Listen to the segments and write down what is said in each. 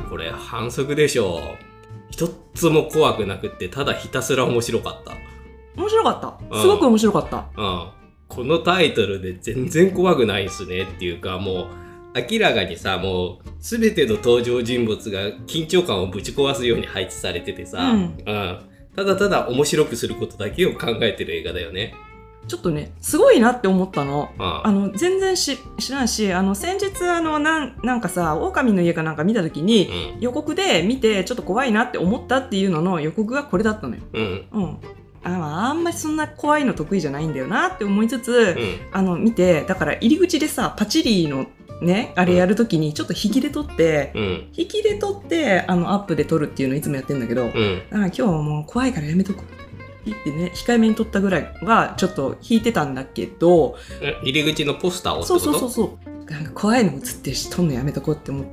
これ反則でしょ。一つも怖くなくって、ただひたすら面白かった。 面白かった。すごく面白かった。 このタイトルで全然怖くないっすねっていうか、もう明らかにさ、もう全ての登場人物が緊張感をぶち壊すように配置されててさ、ただただ面白くすることだけを考えてる映画だよね。 ちょっとね、すごいなって思ったの。全然知らんし、先日なんかさ、狼の家かなんか見た時に、予告で見てちょっと怖いなって思ったっていうのの予告がこれだったのよ。あんまりそんな怖いの得意じゃないんだよなって思いつつ、見て、だから入り口でさ、パチリのね、あれやるときにちょっと引きで撮って、アップで撮るっていうのをいつもやってんだけど、今日もう怖いからやめとこうってね、控えめに撮ったぐらいはちょっと引いてたんだけど、 入り口のポスターをってこと？ そうなんか怖いの映ってるし撮んのやめとこうって思って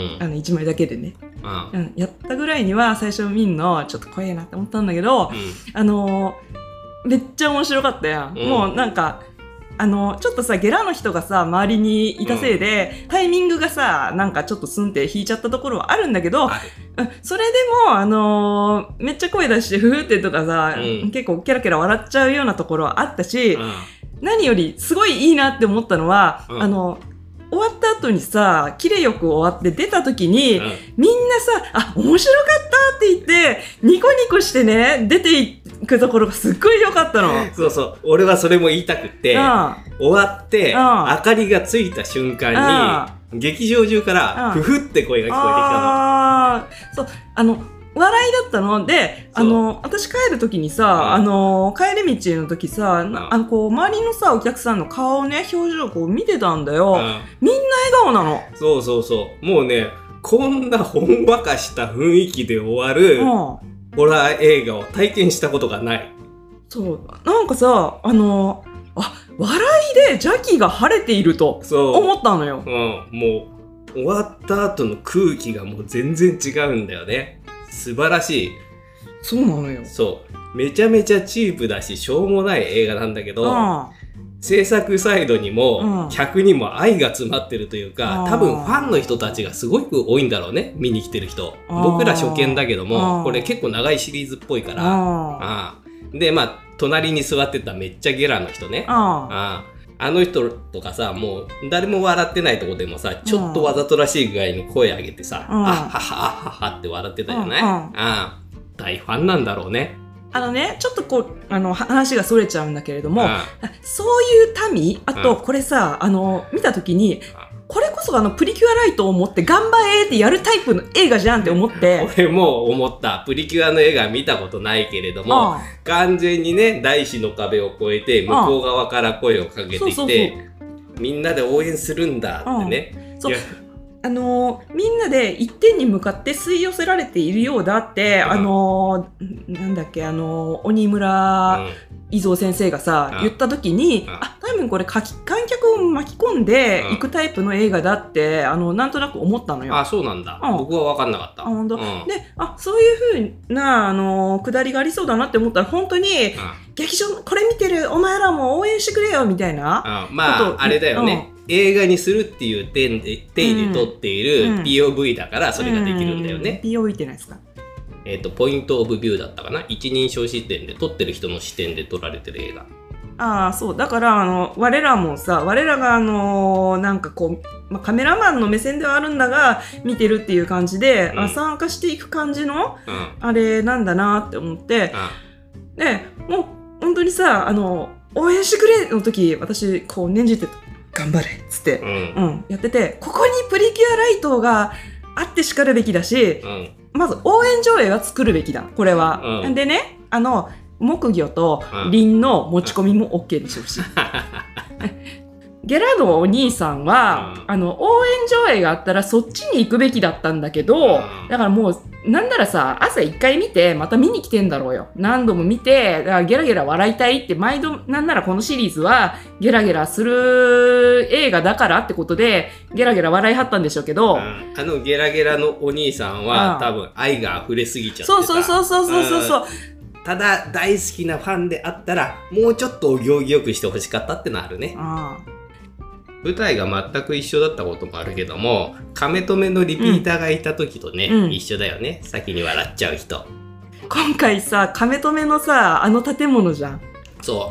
、1枚だけでね、やったぐらいには最初見んのちょっと怖いなって思ったんだけど、めっちゃ面白かったやん。もうなんかちょっとさ、ゲラの人がさ、周りにいたせいで、タイミングがさ、なんかちょっとスンって引いちゃったところはあるんだけど、それでも、めっちゃ声出して、ふふってとかさ、結構キャラキャラ笑っちゃうようなところはあったし、何よりすごいいいなって思ったのは、終わった後にさ、キレよく終わって出た時に、みんなさ、面白かったって言って、ニコニコしてね、出ていくところがすっごい良かったの。 そうそう。俺はそれも言いたくって、終わって、明かりがついた瞬間に、劇場中から、ふふって声が聞こえてきたの。 そう、笑いだったので、私帰る時にさ、帰り道の時さ、こう、周りのさ、お客さんの顔をね、表情をこう見てたんだよ。みんな笑顔なの。 そうそうそう。もうね、こんなほんわかした雰囲気で終わる、ホラー映画を体験したことがない。 そう。なんかさ、笑いで邪気が晴れていると思ったのよ。 もう、終わった後の空気がもう全然違うんだよね。素晴らしい。 そうなのよ。 そう。めちゃめちゃチープだし、しょうもない映画なんだけど、制作サイドにも、客にも愛が詰まってるというか、多分ファンの人たちがすごく多いんだろうね、見に来てる人。僕ら初見だけども、これ結構長いシリーズっぽいから。で、隣に座ってためっちゃゲラの人ね。あの人とかさ、もう誰も笑ってないとこでもさ、ちょっとわざとらしい具合に声上げてさ、あっははははって笑ってたじゃない？大ファンなんだろうね。 ちょっとこう、話がそれちゃうんだけれども、そういう民、あと、これさ、見たときに、これこそプリキュアライトを持って頑張れってやるタイプの映画じゃんって思って。 俺も思った。プリキュアの映画見たことないけれども、完全にね、大師の壁を越えて、向こう側から声をかけてきて、みんなで応援するんだってね。 みんなで一点に向かって吸い寄せられているようだって、なんだっけ、鬼村伊蔵先生がさ、言った時に、多分これ観客を巻き込んでいくタイプの映画だって、なんとなく思ったのよ。 そうなんだ。僕は分かんなかった。 本当。で、そういう風な、くだりがありそうだなって思ったら、本当に、劇場、これ見てるお前らも応援してくれよみたいな。 あれだよね。映画にするっていう点で撮っている POV だからそれができるんだよね。 POV って何ですか？ ポイントオブビューだったかな。一人称視点で撮ってる人の視点で撮られてる映画。 そう。だから、我らもさ、我らがなんかこう、カメラマンの目線ではあるんだが、見てるっていう感じで、参加していく感じの、あれなんだなって思って、で、もう、本当にさ、応援してくれの時、私、こう、念じてた。頑張れっつって、やってて、ここにプリキュアライトがあってしかるべきだし、まず応援上映は作るべきだ、これは。でね、木魚と林の持ち込みも OK でしょうし。ゲラのお兄さんは、応援上映があったらそっちに行くべきだったんだけど、だからもう、なんならさ、朝一回見て、また見に来てんだろうよ。何度も見て、だからゲラゲラ笑いたいって、毎度、なんならこのシリーズは、ゲラゲラする映画だからってことで、ゲラゲラ笑いはったんでしょうけど、 ゲラゲラのお兄さんは、多分愛が溢れすぎちゃってた。 そう。 ただ、大好きなファンであったら、もうちょっとお行儀よくしてほしかったってのあるね。 舞台が全く一緒だったこともあるけども、亀止めのリピーターがいた時とね、一緒だよね。先に笑っちゃう人。 今回さ、亀止めのさ、建物じゃん。 そう、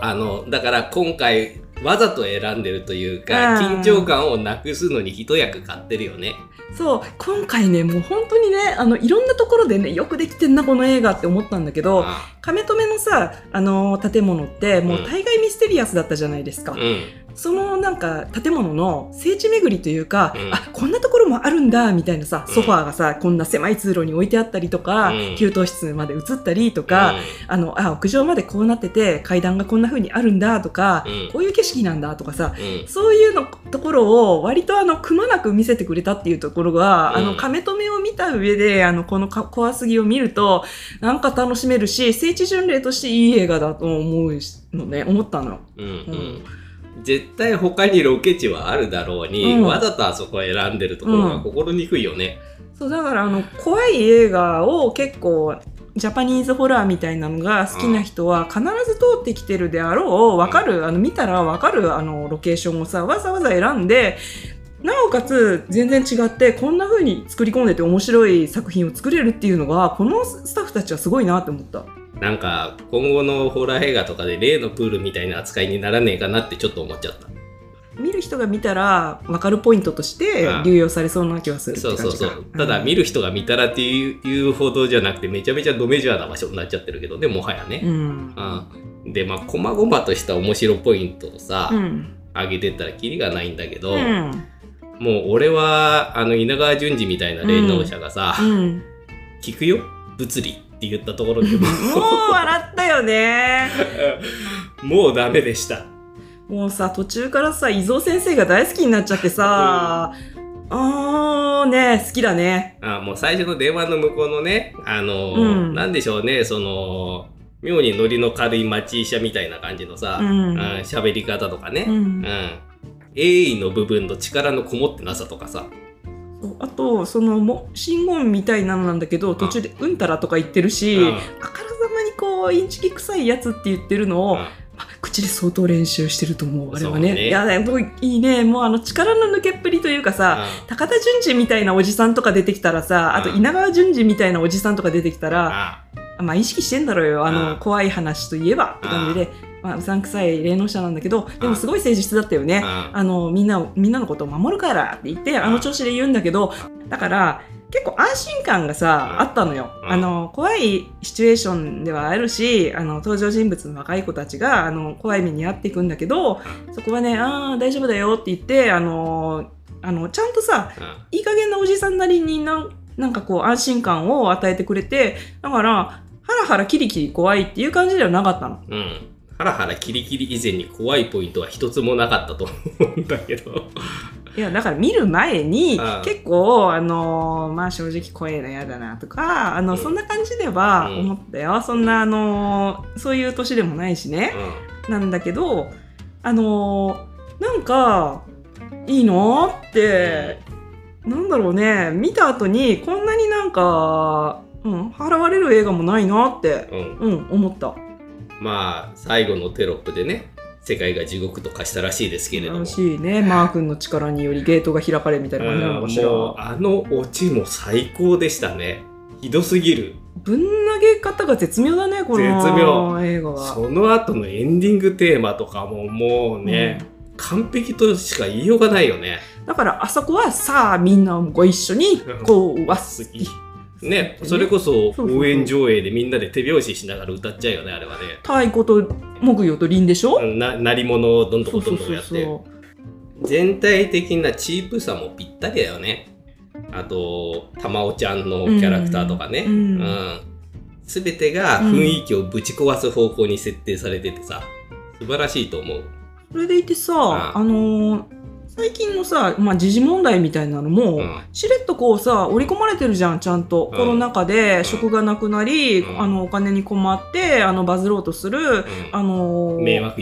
だから今回わざと選んでるというか、緊張感をなくすのに一役買ってるよね。 そう、今回ね、もう本当にね、いろんなところでね、よくできてんな、この映画って思ったんだけど、亀止めのさ、建物って、もう大概ミステリアスだったじゃないですか。そのなんか建物の聖地巡りというか、こんなところもあるんだみたいなさ、ソファーがさこんな狭い通路に置いてあったりとか、給湯室まで移ったりとか、屋上までこうなってて階段がこんな風にあるんだとか、こういう景色なんだとかさ、そういうのところを割とくまなく見せてくれたっていうところが、亀止めを見た上でこの怖すぎを見るとなんか楽しめるし、聖地巡礼としていい映画だと思ったの。 絶対他にロケ地はあるだろうに、わざとあそこを選んでるところが心にくいよね。 そうだから怖い映画を結構ジャパニーズホラーみたいなのが好きな人は必ず通ってきてるであろう、分かる見たら分かるロケーションをさわざわざ選んで、なおかつ全然違ってこんな風に作り込んでて面白い作品を作れるっていうのが、このスタッフたちはすごいなって思った。 なんか今後のホラー映画とかで例のプールみたいな扱いにならねえかなってちょっと思っちゃった。 見る人が見たら分かるポイントとして流用されそうな気はするって感じか。 そうただ見る人が見たらっていうほどじゃなくて、めちゃめちゃドメジャーな場所になっちゃってるけどね、もはやね。で細々とした面白ポイントをさ、上げてったらキリがないんだけど、もう俺は稲川淳二みたいな霊能者がさ、聞くよ物理って言ったところでもう笑ったよねもうダメでした。 もうさ、途中からさ、伊蔵先生が大好きになっちゃってさ、ね、好きだね。 もう最初の電話の向こうのね、なんでしょうね、妙にノリの軽い町医者みたいな感じのさ、喋り方とかね、鋭意の部分の力のこもってなさとかさ。 あと信言みたいなのなんだけど、途中でうんたらとか言ってるし、あからさまにこうインチキ臭いやつって言ってるのを、口で相当練習してると思う、あれはね。いやいいね、もう力の抜けっぷりというかさ、高田純次みたいなおじさんとか出てきたらさ、あと稲川淳二みたいなおじさんとか出てきたら、意識してんだろうよ、怖い話といえばって感じで。うさんくさい霊能者なんだけど、でもすごい誠実だったよね。みんなのことを守るからって言って調子で言うんだけど、だから結構安心感がさ、あったのよ。怖いシチュエーションではあるし、登場人物の若い子たちが怖い目に遭っていくんだけど、そこはね、大丈夫だよって言って、ちゃんとさ、いい加減なおじさんなりになんかこう安心感を与えてくれて、だからハラハラキリキリ怖いっていう感じではなかったの。 ハラハラキリキリ以前に怖いポイントは一つもなかったと思うんだけどいやだから見る前に結構正直怖いの嫌だなとかそんな感じでは思ったよ。そんなそういう年でもないしね、なんだけどなんかいいのってなんだろうね、見た後にこんなになんか払われる映画もないなって思った。 最後のテロップでね、世界が地獄と化したらしいですけれども。 らしいね。マー君の力によりゲートが開かれみたいな感じなのかしら。 もうオチも最高でしたね。ひどすぎる。 ぶん投げ方が絶妙だね、この映画は。 その後のエンディングテーマとかももうね、完璧としか言いようがないよね。 だからあそこはさあみんなご一緒にこうね、それこそ応援上映でみんなで手拍子しながら歌っちゃうよね、あれはね。 太鼓と木魚と鈴でしょ。 鳴り物をどんどんどんどんやって、全体的なチープさもぴったりだよね。あと玉緒ちゃんのキャラクターとかね、全てが雰囲気をぶち壊す方向に設定されててさ、素晴らしいと思う。 それでいてさ、最近のさ、時事問題みたいなのも、しれっとこうさ織り込まれてるじゃん、ちゃんと。コロナ禍で職がなくなり、お金に困ってバズろうとする、 迷惑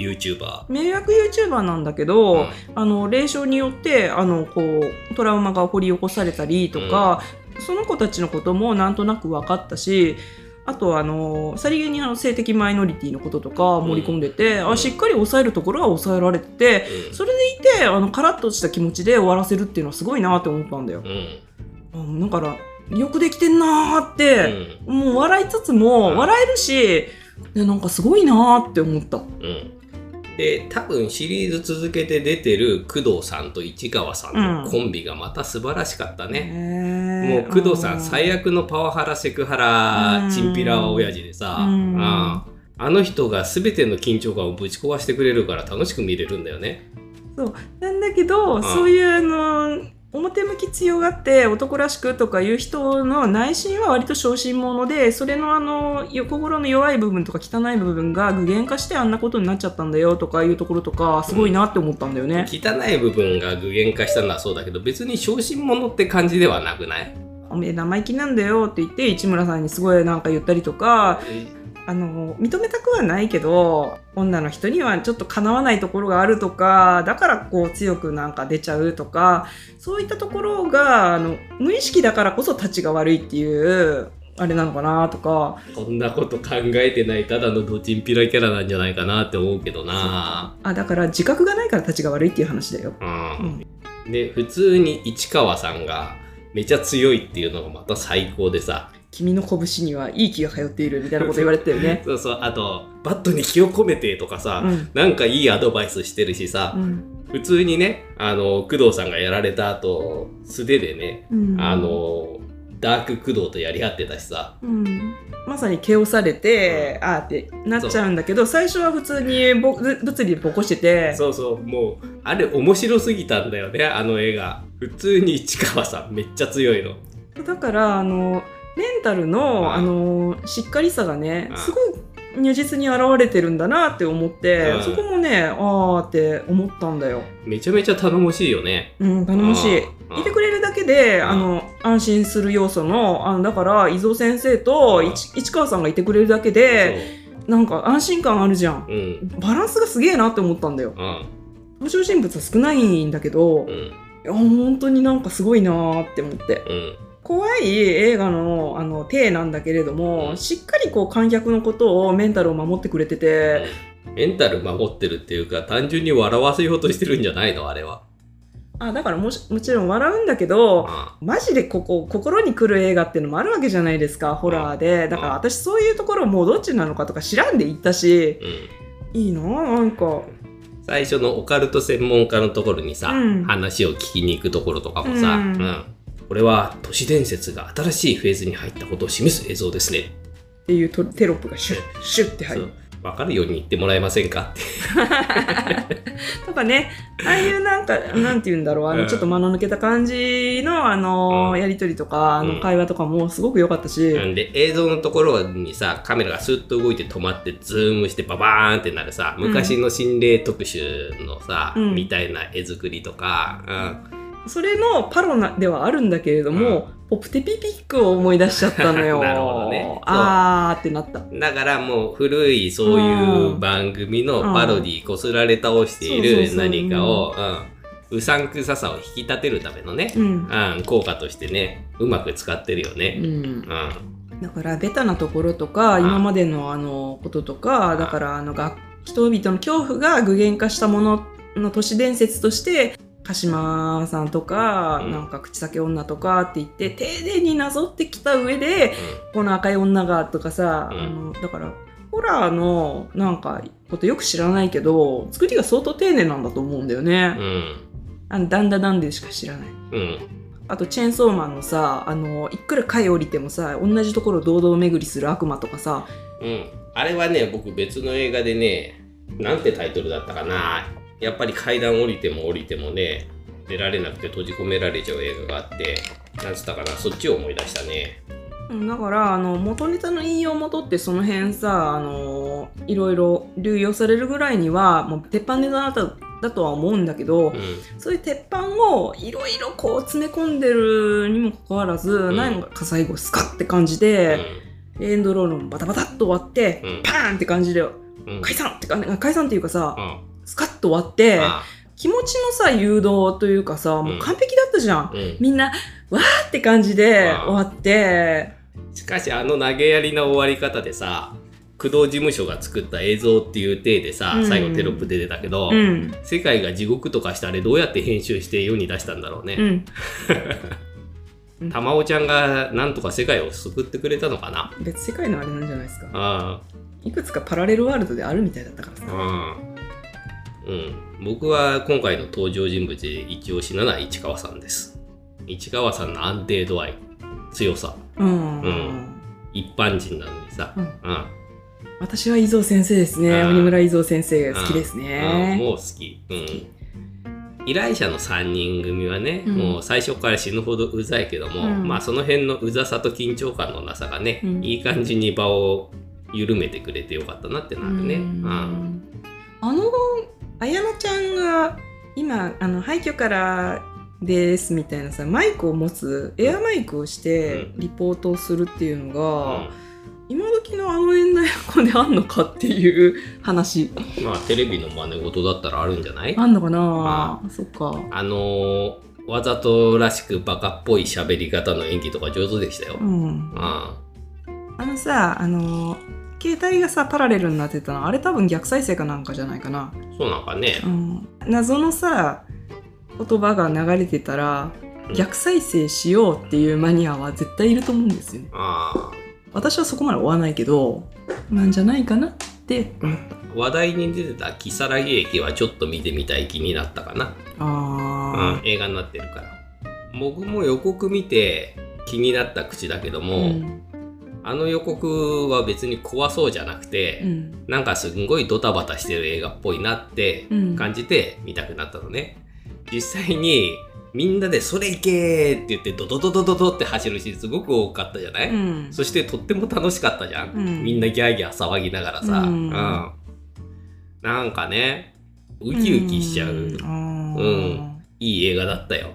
YouTuber なんだけど、霊障によってこうトラウマが掘り起こされたりとか、その子たちのこともなんとなく分かったし、 あとさりげに性的マイノリティのこととか盛り込んでて、しっかり抑えるところは抑えられてて、それでいてカラッとした気持ちで終わらせるっていうのはすごいなって思ったんだよ。だからよくできてんなーって、もう笑いつつも笑えるし、なんかすごいなーって思った。 で多分シリーズ続けて出てる工藤さんと市川さんのコンビがまた素晴らしかったね。もう工藤さん最悪のパワハラセクハラチンピラ親父でさ、あの人が全ての緊張感をぶち壊してくれるから楽しく見れるんだよね。 そうなんだけど、そういう表向き強がって男らしくとかいう人の内心は割と小心者で、それの心の弱い部分とか汚い部分が具現化してあんなことになっちゃったんだよとかいうところとかすごいなって思ったんだよね。 汚い部分が具現化したのはそうだけど、別に小心者って感じではなくない？ おめえ生意気なんだよって言って市村さんにすごいなんか言ったりとか、認めたくはないけど女の人にはちょっとかなわないところがあるとか、だからこう強くなんか出ちゃうとか、そういったところが無意識だからこそ立ちが悪いっていうあれなのかなとか。 そんなこと考えてないただのドチンピラキャラなんじゃないかなって思うけどな。 だから自覚がないから立ちが悪いっていう話だよ。 で普通に市川さんがめちゃ強いっていうのがまた最高でさ、 君の拳にはいい気が通っているみたいなこと言われてたよね。 そうそう、あとバットに気を込めてとかさ、なんかいいアドバイスしてるしさ、普通にね工藤さんがやられた後素手でね、ダーク工藤とやり合ってたしさ、 まさに毛をされて、ってなっちゃうんだけど、最初は普通に物理でボコしてて、 そうそう、もうあれ面白すぎたんだよね、あの映画。普通に市川さんめっちゃ強いのだからメンタルのしっかりさがね、すごい如実に現れてるんだなって思って、そこもねって思ったんだよ。 めちゃめちゃ頼もしいよね。 頼もしい。いてくれるだけで安心する要素のだから伊蔵先生と市川さんがいてくれるだけでなんか安心感あるじゃん。バランスがすげえなって思ったんだよ。登場人物は少ないんだけど、本当になんかすごいなって思って。怖い映画の体なんだけれども、しっかりこう観客のことをメンタルを守ってくれてて、 メンタル守ってるっていうか単純に笑わせようとしてるんじゃないのあれは。 だからもちろん笑うんだけど、マジで心に来る映画っていうのもあるわけじゃないですか、ホラーで。だから私そういうところもうどっちなのかとか知らんで言ったし、いいななんか。 最初のオカルト専門家のところにさ、話を聞きに行くところとかもさ、これは都市伝説が新しいフェーズに入ったことを示す映像ですねっていうテロップがシュッシュッって入る。 分かるように言ってもらえませんかってとかね、ああいうなんかなんて言うんだろう、ちょっと間の抜けた感じのやり取りとか会話とかもすごく良かったし、 で映像のところにさカメラがスッと動いて止まってズームしてババーンってなるさ、昔の心霊特集のさ、みたいな絵作りとか、 それのパロではあるんだけれども、ポプテピピックを思い出しちゃったのよ。 なるほどね。 ってなった。 だからもう古いそういう番組のパロディこすられ倒している何かをうさんくささを引き立てるためのね、効果としてねうまく使ってるよね。 だからベタなところとか今までのこととか、だから人々の恐怖が具現化したものの都市伝説として鹿島さんとか、なんか口裂け女とかって言って丁寧になぞってきた上で、この赤い女がとかさ、だからホラーのなんかことよく知らないけど作りが相当丁寧なんだと思うんだよね。ダンダダンでしか知らない。あとチェーンソーマンのさ、いくら階降りてもさ同じところを堂々巡りする悪魔とかさ、 あれはね僕別の映画でね、なんてタイトルだったかな、やっぱり階段降りても降りてもね出られなくて閉じ込められちゃう映画があって、なんつったかな、そっちを思い出したね。 だから元ネタの引用元ってその辺さいろいろ流用されるぐらいにはもう鉄板ネタだとは思うんだけど、そういう鉄板をいろいろこう詰め込んでるにもかかわらず、なんか最後スカッって感じで、エンドロールもバタバタっと終わって、パーンって感じで、解散っていうかさ、スカッと終わって、気持ちのさ誘導というかさ、もう完璧だったじゃん。みんなわーって感じで終わって、 しかし投げやりな終わり方でさ、工藤事務所が作った映像っていう体でさ、最後テロップ出てたけど、世界が地獄とかしてあれどうやって編集して世に出したんだろうね。玉緒ちゃんがなんとか世界を救ってくれたのかな。 別世界のあれなんじゃないですか。いくつかパラレルワールドであるみたいだったからさ。 僕は今回の登場人物で一押しなのは市川さんです。市川さんの安定度合い、強さ、一般人なのにさ、 私は伊蔵先生ですね。鬼村伊蔵先生好きですね。 もう好き。依頼者の3人組はね、もう最初から死ぬほどうざいけども、まあその辺のうざさと緊張感のなさがね、いい感じに場を緩めてくれてよかったなってなるね。 綾菜ちゃんが今廃墟からですみたいなさ、マイクを持つエアマイクをしてリポートをするっていうのが、今時の年代の子であんのかっていう話。 まあテレビの真似事だったらあるんじゃない？ あんのかな。そっか。 わざとらしくバカっぽい喋り方の演技とか上手でしたよ。 携帯がさパラレルになってたの、あれ多分逆再生かなんかじゃないかな。 そうなんかね。 謎のさ言葉が流れてたら、逆再生しようっていうマニアは絶対いると思うんですよね。私はそこまで追わないけど、なんじゃないかなって思った。 話題に出てた如月駅はちょっと見てみたい気になったかな。映画になってるから。僕も予告見て気になった口だけども、予告は別に怖そうじゃなくて、なんかすんごいドタバタしてる映画っぽいなって感じて見たくなったのね。実際にみんなでそれいけーって言ってドドドドドドって走るシーンすごく多かったじゃない、そしてとっても楽しかったじゃん、みんなギャーギャー騒ぎながらさ、なんかねウキウキしちゃう、いい映画だったよ。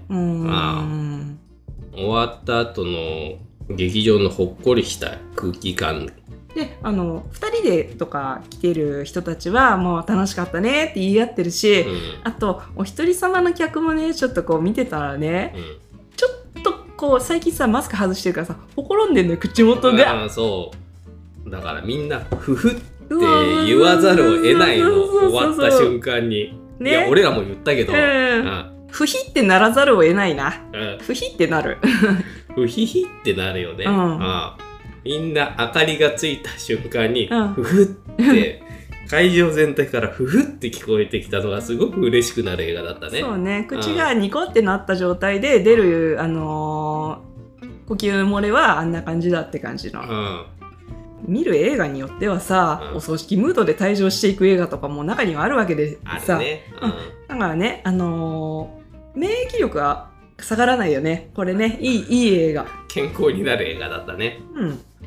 終わった後の劇場のほっこりした空気感で、2人でとか来てる人たちはもう楽しかったねって言い合ってるし、あとお一人様の客もねちょっとこう見てたらね、ちょっとこう最近さマスク外してるからさほころんでんのよ口元が。 そうだからみんなフフって言わざるを得ないの終わった瞬間に、いや俺らも言ったけど、 不ヒってならざるを得ないな。不ヒってなる。 不ヒヒってなるよね。みんな明かりがついた瞬間に、ふふって会場全体からふふって聞こえてきたのがすごく嬉しくなる映画だったね。 そうね、口がニコってなった状態で出る、呼吸漏れはあんな感じだって感じの。見る映画によってはさ、お葬式ムードで退場していく映画とかも中にはあるわけでさ、だからね、免疫力は下がらないよね。これね、いい映画。 健康になる映画だったね。